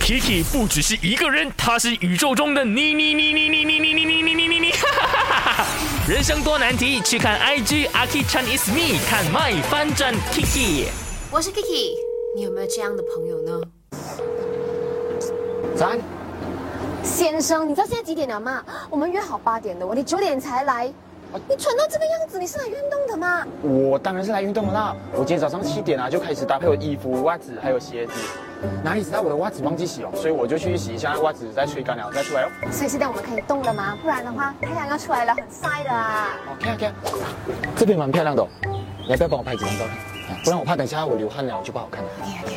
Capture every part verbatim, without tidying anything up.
Kiki 不只是一个人，他是宇宙中的你你你你你你你你你你你你你，人生多难题，去看 I G Aki Chan is me， 看 My 翻转 Kiki。 我是 Kiki， 你有没有这样的朋友呢？ 早安， 先生，你知道现在几点了吗？我们约好八点的，我你九点才来。你蠢到这个样子，你是来运动的吗？ 我当然是来运动的啦。我今天早上七点啊就开始搭配我衣服、袜子还有鞋子。哪里知道我的袜子忘记洗哦，所以我就去洗一下袜子，再吹干了再出来哦。 所以现在我们可以动了吗？不然的话，太阳要出来了，很晒的啊。 OK OK， 这边蛮漂亮的哦，你要不要帮我拍几张照片？不然我怕等一下我流汗了就不好看了。 OK OK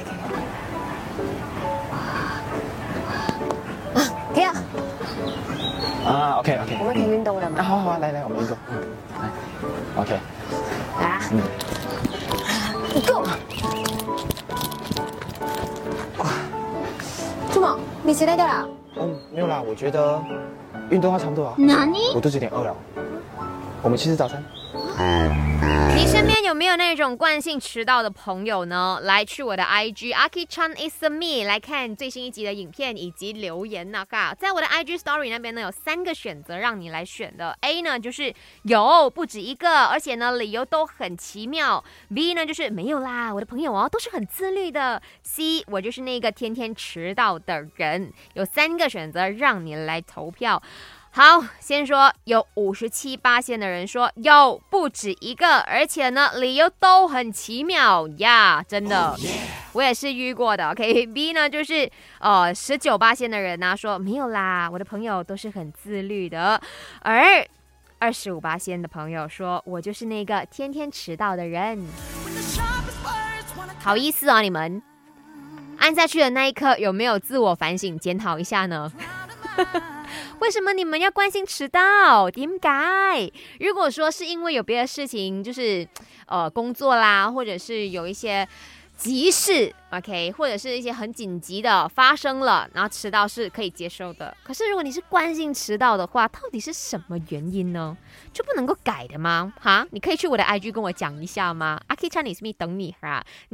OK。啊，可以啊。 啊 OK OK， 我们可以运动了吗？ 啊好好来来我们运动，嗯，来 OK， 啊， 嗯， 你够。怎么？你期待掉了？ 哦没有啦，我觉得运动要差不多啊。 哪里？ 我肚子有点饿了，我们去吃早餐。 你身边有没有那种惯性迟到的朋友呢？来去我的 I G Aki Chan is me 来看最新一集的影片以及留言那个，在我的 I G Story 那边呢有三个选择让你来选的。A 呢就是有不止一个，而且呢理由都很奇妙。B 呢就是没有啦，我的朋友哦都是很自律的。C 我就是那个天天迟到的人。有三个选择让你来投票。好，先说有五十七趴的人说有不止一个，而且呢理由都很奇妙呀，真的， oh, yeah. 我也是遇过的。OK，B 呢就是呃十九趴的人呢、啊、说没有啦，我的朋友都是很自律的，而二十五趴的朋友说我就是那个天天迟到的人。好意思哦，你们按下去的那一刻有没有自我反省检讨一下呢？为什么你们要惯性迟到？点解？如果说是因为有别的事情，就是呃工作啦，或者是有一些急事 ，OK， 或者是一些很紧急的发生了，然后迟到是可以接受的。可是如果你是惯性迟到的话，到底是什么原因呢？就不能够改的吗？哈，你可以去我的 I G 跟我讲一下吗？Aki Chan is me 等你哈。